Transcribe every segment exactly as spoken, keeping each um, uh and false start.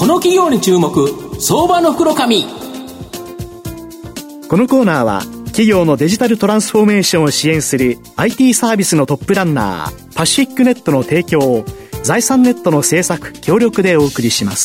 この企業に注目、相場の袋紙。 このコーナーは企業のデジタルトランスフォーメーションを支援する アイティー サービスのトップランナーパシフィックネットの提供を財産ネットの制作協力でお送りします。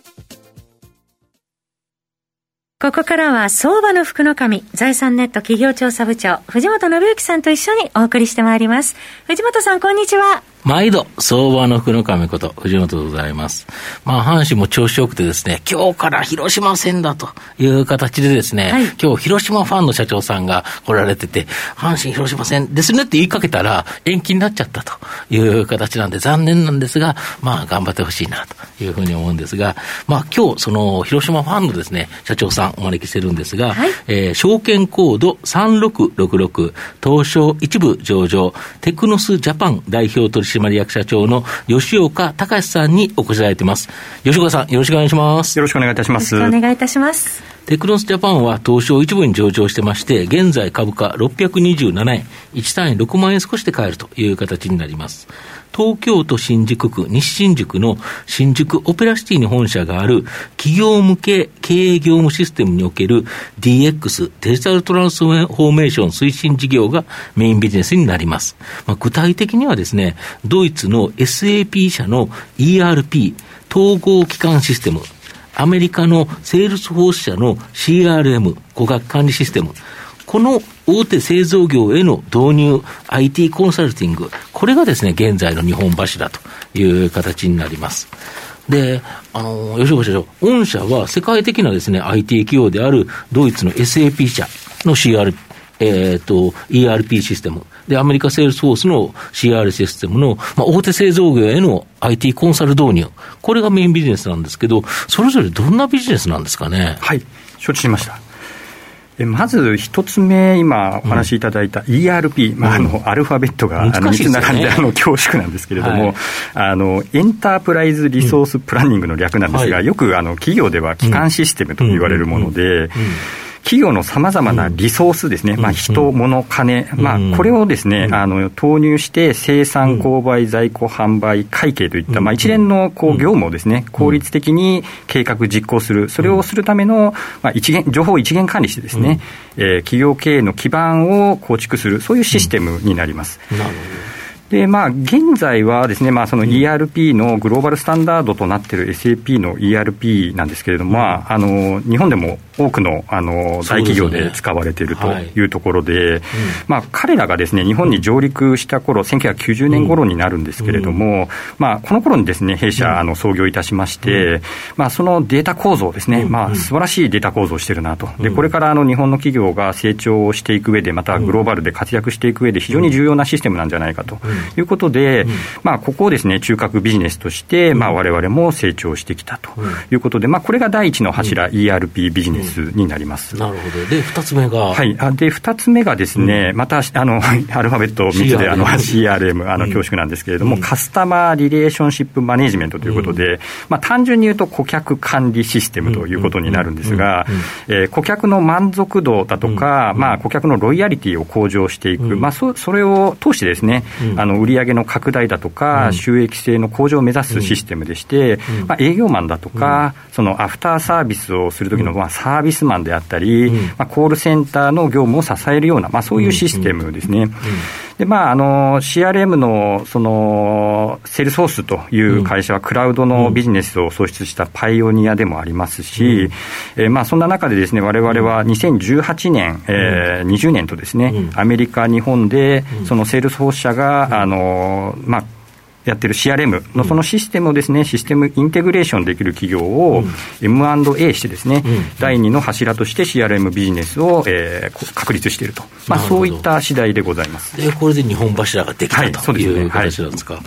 ここからは相場の福の神、財産ネット企業調査部長藤本信之さんと一緒にお送りしてまいります。藤本さん、こんにちは。 毎度相場の福の神こと藤本でございます。まあ阪神も調子よくてですね、今日から広島戦だという形でですね、はい、今日広島ファンの社長さんが来られてて、阪神広島戦ですねって言いかけたら延期になっちゃったという形なんで残念なんですが、まあ頑張ってほしいなというふうに思うんですが、まあ今日その広島ファンのですね社長さんお招きしてるんですが、はい、えー、証券コードさんろくろくろく東証一部上場テクノスジャパン代表取締役社長の吉岡隆さんにお越しいただいています。吉岡さん、よろしくお願いします。 よろしくお願いいたします。 よろしくお願いいたします。 テクノスジャパンは東証一部に上場してまして、現在株価ろっぴゃくにじゅうななえん、いち単位ろくまんえん少しで買えるという形になります。東京都新宿区西新宿の新宿オペラシティに本社がある企業向け経営業務システムにおける ディーエックス デジタルトランスフォーメーション推進事業がメインビジネスになります。まあ、具体的にはですね、ドイツの エスエーピー 社の イーアールピー 統合基幹システム、アメリカのセールスフォース社の シーアールエム 顧客管理システム、この大手製造業への導入 アイティー コンサルティング、これがですね現在の日本柱という形になります。で、あの吉岡社長、御社は世界的なですね アイティー 企業であるドイツの エスエーピー 社の シーアール、えー、と イーアールピー システムで、アメリカセールスフォースの シーアール システムの、まあ、大手製造業への アイティー コンサル導入、これがメインビジネスなんですけど、それぞれどんなビジネスなんですかね。 はい、承知しました。まず一つ目、今お話しいただいた イーアールピー、うん、まあ、あのアルファベットがみっつ並んであの恐縮なんですけれども、はい、あのエンタープライズリソースプランニングの略なんですが、うん、はい、よくあの企業では基幹システムと言われるもので、うんうんうんうん、企業のさまざまなリソースですね、うん、まあ、人、物、金、うん、まあ、これをですね、うん、あの投入して生産、購買、在庫、販売、会計といった、まあ、一連のこう業務をですね、効率的に計画実行する、それをするための、まあ、一元情報を一元管理してですね、うん、えー、企業経営の基盤を構築する、そういうシステムになります。うん、なるほど。で、まあ、現在はですね、まあ、その イーアールピー のグローバルスタンダードとなっている エスエーピー の イーアールピー なんですけれども、まあ、あの日本でも多くの、あの大企業で使われているというところで、で、ね、はい、まあ、彼らがですね日本に上陸した頃、せんきゅうひゃくきゅうじゅうねん頃になるんですけれども、うん、まあ、この頃にですね弊社あの創業いたしまして、うん、まあ、そのデータ構造ですね、うん、まあ、素晴らしいデータ構造をしているなと。で、これからあの日本の企業が成長していく上で、またグローバルで活躍していく上で非常に重要なシステムなんじゃないかということで、うん、まあ、ここをですね中核ビジネスとして、まあ、我々も成長してきたということで、まあ、これが第一の柱、うん、イーアールピー ビジネスになります。 なるほど。でふたつめが、 はい、あでふたつめがですね、うん、またあのアルファベットみっつで シーアールエム, あの シーアールエム あの恐縮なんですけれども、うん、カスタマーリレーションシップマネジメントということで、うん、まあ、単純に言うと顧客管理システムということになるんですが、えー、顧客の満足度だとか、うん、まあ、顧客のロイヤリティを向上していく、うん、まあ、そ, それを通してですね、うん、あの売上の拡大だとか、うん、収益性の向上を目指すシステムでして、うん、まあ、営業マンだとか、うん、そのアフターサービスをするときの、まあ、サービスマンであったり、うん、まあ、コールセンターの業務を支えるような、まあ、そういうシステムですね。うんうんうん、で、まあ、あの シーアールエム のそのセールスフォースという会社はクラウドのビジネスを創出したパイオニアでもありますし、うん、えー、まあ、そんな中でですね我々はにせんじゅうはちねん、えー、にじゅうねんとですね、うん、アメリカ、日本でそのセールスフォース社が、うん、あのまあやってる シーアールエム のそのシステムをですね、システムインテグレーションできる企業を エムアンドエー してですね、うん、だいにの柱として シーアールエム ビジネスを、えー、確立していると、まあ、そういった次第でございます。 でこれで日本柱ができた、はい、という形なんですか。はい、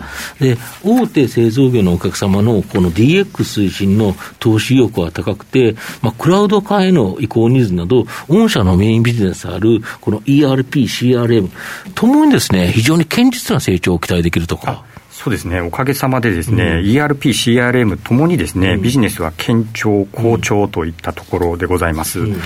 で大手製造業のお客様のこの ディーエックス 推進の投資意欲は高くて、まあ、クラウド化への移行ニーズなど御社のメインビジネスあるこの イーアールピー、シーアールエム ともにですね非常に堅実な成長を期待できるとか。 そうですね、おかげさまでですね、うん、イーアールピー、シーアールエム ともにですね、うん、ビジネスは堅調、好調といったところでございます。うんうん、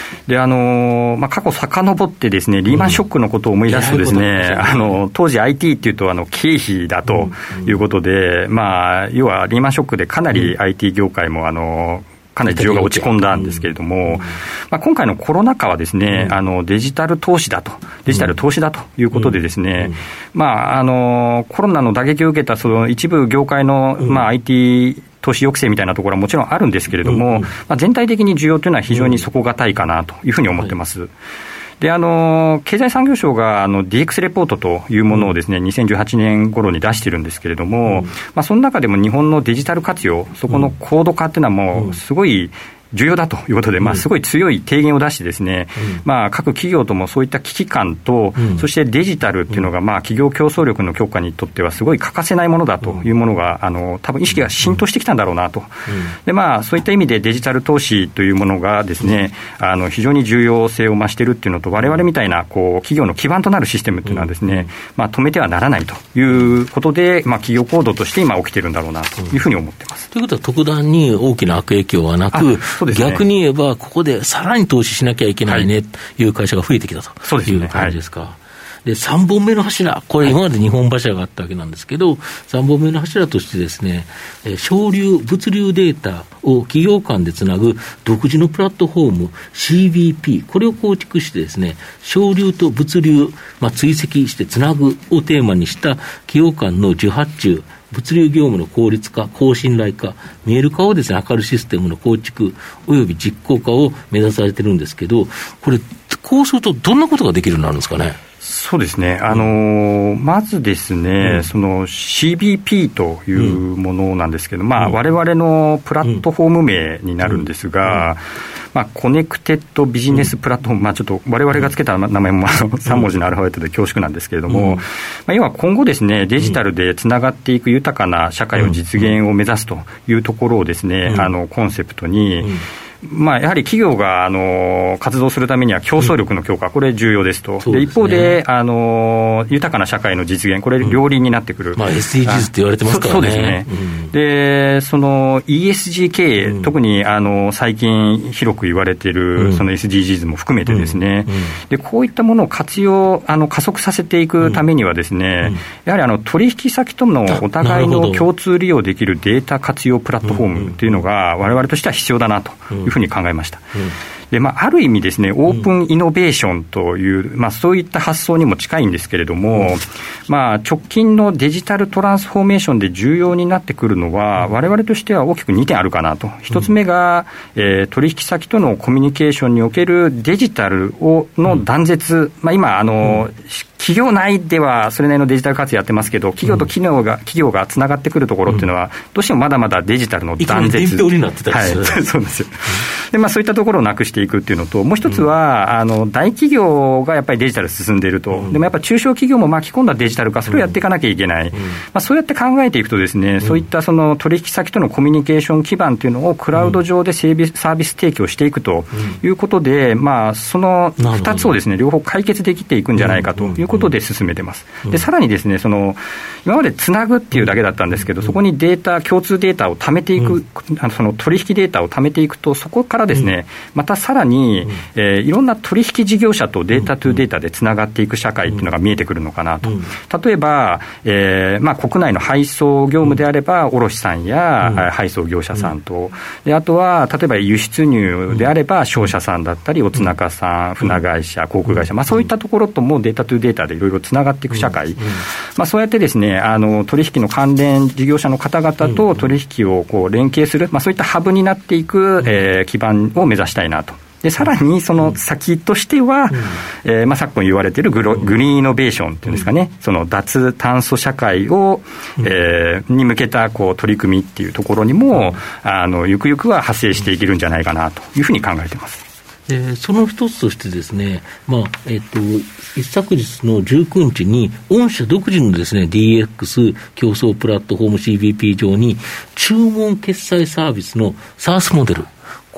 であのまあ、過去遡ってですねリーマンショックのことを思い出すとですね、うん、あの当時 アイティー っていうとあの経費だということで、うんまあ、要はリーマンショックでかなり アイティー 業界もあのかなり需要が落ち込んだんですけれども、うんまあ、今回のコロナ禍はですね、うん、あのデジタル投資だとデジタル投資だということでですね、うんまあ、あのコロナの打撃を受けたその一部業界の、うんまあ、アイティー投資抑制みたいなところはもちろんあるんですけれども、うんうんまあ、全体的に需要というのは非常に底堅いかなというふうに思ってます。うんはいであの経済産業省があの ディーエックス レポートというものをですね、うん、にせんじゅうはちねん頃に出してるんですけれども、うんまあ、その中でも日本のデジタル活用そこの高度化っていうのはもうすごい重要だということで、まあ、すごい強い提言を出してですね、うんまあ、各企業ともそういった危機感と、うん、そしてデジタルっていうのが、まあ、企業競争力の強化にとってはすごい欠かせないものだというものがあの多分意識が浸透してきたんだろうなと、うんでまあ、そういった意味でデジタル投資というものがですね、あの非常に重要性を増しているっていうのと我々みたいなこう企業の基盤となるシステムっていうのはですね、まあ、止めてはならないということで、まあ、企業行動として今起きているんだろうなというふうに思っています。 ということは特段に大きな悪影響はなく、ね、逆に言えばここでさらに投資しなきゃいけないねという会社が増えてきたという感じですか。でさんぼんめの柱、これ今までにほん柱があったわけなんですけど、さんぼんめの柱としてですね、省流物流データを企業間でつなぐ独自のプラットフォーム シービーピー、これを構築してですね、省流と物流、まあ、追跡してつなぐをテーマにした企業間の受発注物流業務の効率化、高信頼化、見える化をですね、図るシステムの構築および実行化を目指されてるんですけど、これこうするとどんなことができるようになるんですかね。 そうですね、あのー、まずですね、うん、その シービーピー というものなんですけど、うんまあ、我々のプラットフォーム名になるんですが、うんまあ、コネクテッドビジネスプラットフォーム、まあ、ちょっと我々がつけた名前もあのさん文字のアルファベットで恐縮なんですけれども、うんまあ、要は今後ですね、デジタルでつながっていく豊かな社会を実現を目指すというところをですね、うん、あのコンセプトに、うんまあ、やはり企業があの活動するためには競争力の強化、これ重要ですと、うん、で一方であの豊かな社会の実現、これ両輪になってくる、うんまあ、 エスディージーズ って言われてますからね。 そうですね、うん、でその イーエスジー 経営、うん、特にあの最近広く言われている、うん、その エスディージーズ も含めてですね、うんうん、でこういったものを活用あの加速させていくためにはですね、うん、やはりあの取引先とのお互いの共通利用できるデータ活用プラットフォームというのが我々としては必要だなというふうに考えました。うんうんでまあ、ある意味ですね、オープンイノベーションという、まあ、そういった発想にも近いんですけれども、まあ、直近のデジタルトランスフォーメーションで重要になってくるのは、我々としては大きくにてんあるかなと。一つ目が、えー、取引先とのコミュニケーションにおけるデジタルをの断絶、まあ、今あの、企業内ではそれなりのデジタル活用やってますけど、企業と企業が、企業がつながってくるところっていうのは、どうしてもまだまだデジタルの断絶、 伝統になってたりする、 はい、そうですよ。で、まあ、そういったところをなくしていくっていうのと、もう一つは、あの大企業がやっぱりデジタル進んでいると、でもやっぱり中小企業も巻き込んだデジタル化、それをやっていかなきゃいけない、まあ、そうやって考えていくとですね、そういったその取引先とのコミュニケーション基盤というのをクラウド上で整備サービス提供していくということで、まあ、そのふたつをですね、両方解決できていくんじゃないかということで進めてます。でさらにですね、その今までつなぐっていうだけだったんですけど、そこにデータ共通データを貯めていく、あのその取引データを貯めていくと、そこからですね、またさらに、えー、いろんな取引事業者とデータトゥデータでつながっていく社会っていうのが見えてくるのかなと。例えば、えーまあ、国内の配送業務であれば卸さんや配送業者さんと、であとは例えば輸出入であれば商社さんだったりおつなかさん、船会社、航空会社、まあ、そういったところともデータトゥデータでいろいろつながっていく社会、まあ、そうやってですね、あの取引の関連事業者の方々と取引をこう連携する、まあ、そういったハブになっていく、えー、基盤を目指したいなと。でさらにその先としては、うんえーまあ、昨今言われているグログリーンイノベーションっていうんですかね、その脱炭素社会を、えー、に向けたこう取り組みっていうところにも、あのゆくゆくは派生していけるんじゃないかなというふうに考えています。 えー、その一つとしてですね、まあえっと、一昨日のじゅうくにちに御社独自のですね ディーエックス 競争プラットフォーム シービーピー 上に注文決済サービスの SaaS モデル、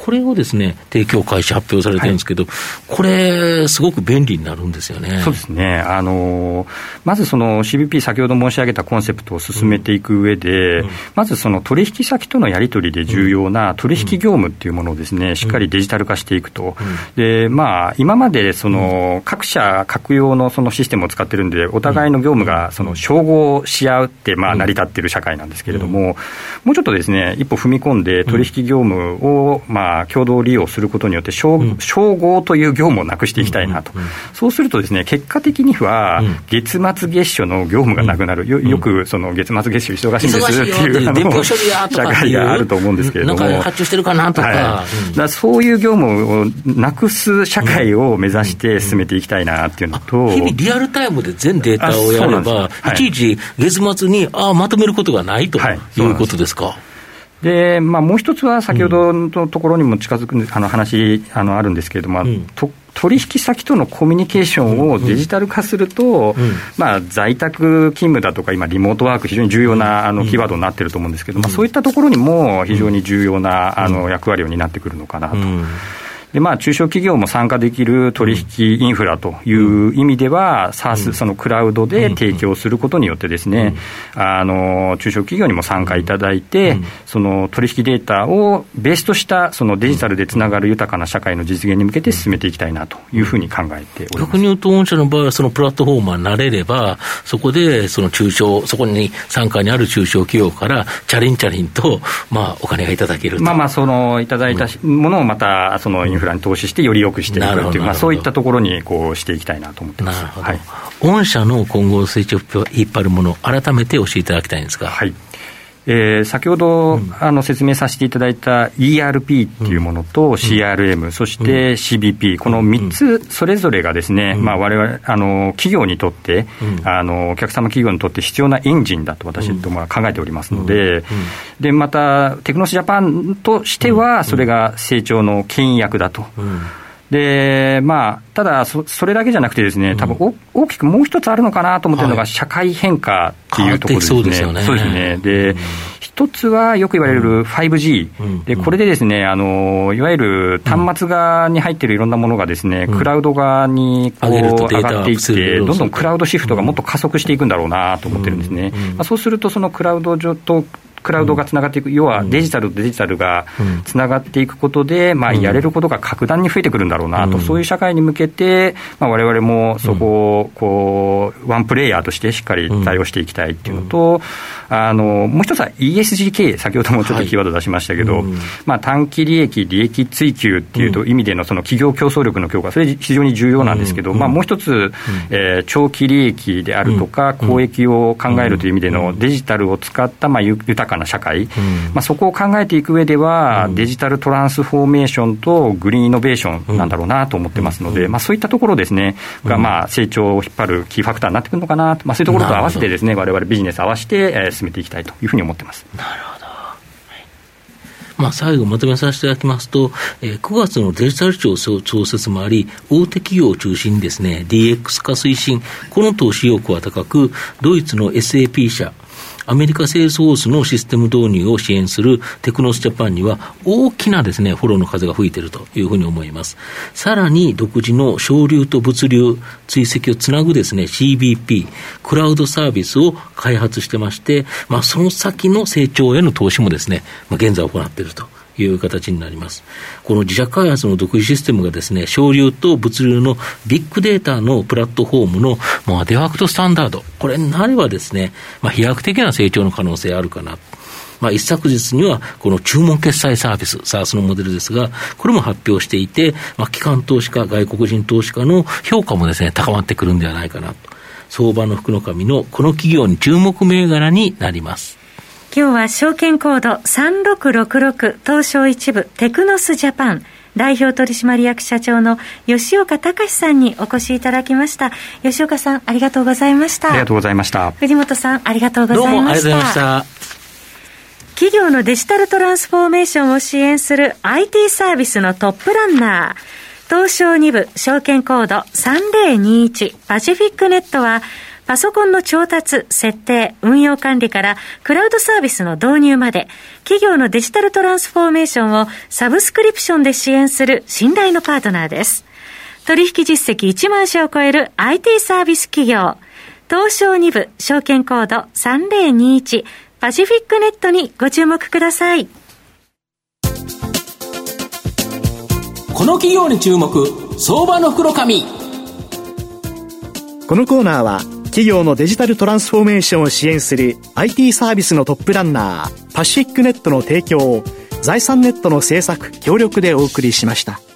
これをですね、提供開始発表されてるんですけど、はい、これ、すごく便利になるんですよね。 そうですね。あの、まずその シービーピー 先ほど申し上げたコンセプトを進めていく上で、うん、まずその取引先とのやり取りで重要な取引業務っていうものをですね、しっかりデジタル化していくと。うん、で、まあ、今までその各社各用のそのシステムを使ってるんで、お互いの業務がその照合し合って、まあ、成り立っている社会なんですけれども、うん、もうちょっとですね、一歩踏み込んで取引業務を、まあ、共同利用することによって、照合という業務をなくしていきたいなと。そうするとですね、結果的には、月末月初の業務がなくなる。よ, よくその月末月初忙しいんですっていうあの社会があると思うんですけれども、 なんか発注してるかなとか、はい、だからそういう業務をなくす社会を目指して進めていきたいなっていうのと、 日々リアルタイムで全データをやれば、はい、いちいち月末にあまとめることがないということですか。はい、 でまあ、もう一つは先ほどのところにも近づくあの話あのあるんですけれども、うん、と取引先とのコミュニケーションをデジタル化すると、うんうん、まあ、在宅勤務だとか今リモートワーク非常に重要なあのキーワードになっていると思うんですけど、うん、まあ、そういったところにも非常に重要なあの役割を担ってくるのかなと。うん、でまあ、中小企業も参加できる取引インフラという意味では、うん、SaaS、そのクラウドで提供することによってですね、うん、あの中小企業にも参加いただいて、うん、その取引データをベースとしたそのデジタルでつながる豊かな社会の実現に向けて進めていきたいなというふうに考えております。 逆に言うと、御社の場合はそのプラットフォーマーになれれば、そこでその中小、そこに参加にある中小企業からチャリンチャリンと、まあ、お金がいただけると。 まあまあ、そのいただいたものをまたそのインフラに投資してより良くしていくという、まあ、そういったところにこうしていきたいなと思っています。 なるほど。はい、御社の今後成長を引っ張るもの、改めて教えていただきたいんですが。 はい、えー、先ほど、うん、あの説明させていただいた イーアールピー っていうものと、うん、シーアールエム、うん、そして シービーピー、このみっつそれぞれがですね、うん、まあ、我々あの企業にとって、うん、あのお客様企業にとって必要なエンジンだと私どもは考えておりますので、うんうん、でまたテクノスジャパンとしてはそれが成長の牽引役だと。うんうん、でまあ、ただ そ, それだけじゃなくてですね、多分お大きくもう一つあるのかなと思っているのが、社会変化っていうところですね。 そうですよね。 そうですね。で、うん、一つはよく言われる ファイブジー、うん、でこれでですね、あのいわゆる端末側に入っているいろんなものがですね、うん、クラウド側にこう上がっていって、どんどんクラウドシフトがもっと加速していくんだろうなと思ってるんですね。うんうん、まあ、そうするとそのクラウド上とクラウドがつながっていく、要はデジタルとデジタルがつながっていくことで、まあ、やれることが格段に増えてくるんだろうなと、そういう社会に向けて、まあ、我々もそこをこうワンプレイヤーとしてしっかり対応していきたいっていうのと、あのもう一つは イーエスジー 経営、先ほどもちょっとキーワード出しましたけど、はい、まあ、短期利益、利益追求っていうと意味でのその企業競争力の強化、それ非常に重要なんですけど、まあ、もう一つ、えー、長期利益であるとか公益を考えるという意味でのデジタルを使ったまあ豊かな社会、うん、まあ、そこを考えていく上では、うん、デジタルトランスフォーメーションとグリーンイノベーションなんだろうなと思ってますので、うん、まあ、そういったところですね、うん、がまあ成長を引っ張るキーファクターになってくるのかなと、まあ、そういうところと合わせてですね、我々ビジネス合わせて、えー、進めていきたいというふうに思ってます。 なるほど。まあ、最後まとめさせていただきますと、えー、くがつのデジタル庁創設もあり、大手企業を中心にですね ディーエックス 化推進、この投資意欲は高く、ドイツの エスエーピー 社、アメリカセールスフォースのシステム導入を支援するテクノスジャパンには大きなですねフォローの風が吹いているというふうに思います。さらに独自の省流と物流追跡をつなぐですね シービーピー クラウドサービスを開発してまして、まあ、その先の成長への投資もですね、まあ、現在行っているという形になります。この自社開発の独自システムがですね、省流と物流のビッグデータのプラットフォームの、まあ、デファクトスタンダード、これになればですね、まあ、飛躍的な成長の可能性あるかな。まあ、一昨日にはこの注文決済サービス SaaS のモデルですが、これも発表していて、まあ、機関投資家、外国人投資家の評価もですね高まってくるんではないかなと。相場の福の神のこの企業に注目銘柄になります。 今日は証券コードさんろくろくろく東証一部テクノスジャパン代表取締役社長の吉岡隆さんにお越しいただきました。吉岡さん、ありがとうございました。 ありがとうございました。 藤本さん、ありがとうございました。 どうもありがとうございました。 企業のデジタルトランスフォーメーションを支援する アイティー サービスのトップランナー、東証に部証券コードさんぜろにいちパシフィックネットはパパソコンの調達、設定、運用管理からクラウドサービスの導入まで、企業のデジタルトランスフォーメーションをサブスクリプションで支援する信頼のパートナーです。取引実績いちまん社を超える アイティー サービス企業、東証に部証券コードさんぜろにいちパシフィックネットにご注目ください。 この企業に注目、相場の袋紙。 このコーナーは企業のデジタルトランスフォーメーションを支援する アイティー サービスのトップランナーパシフィックネットの提供を財産ネットの制作協力でお送りしました。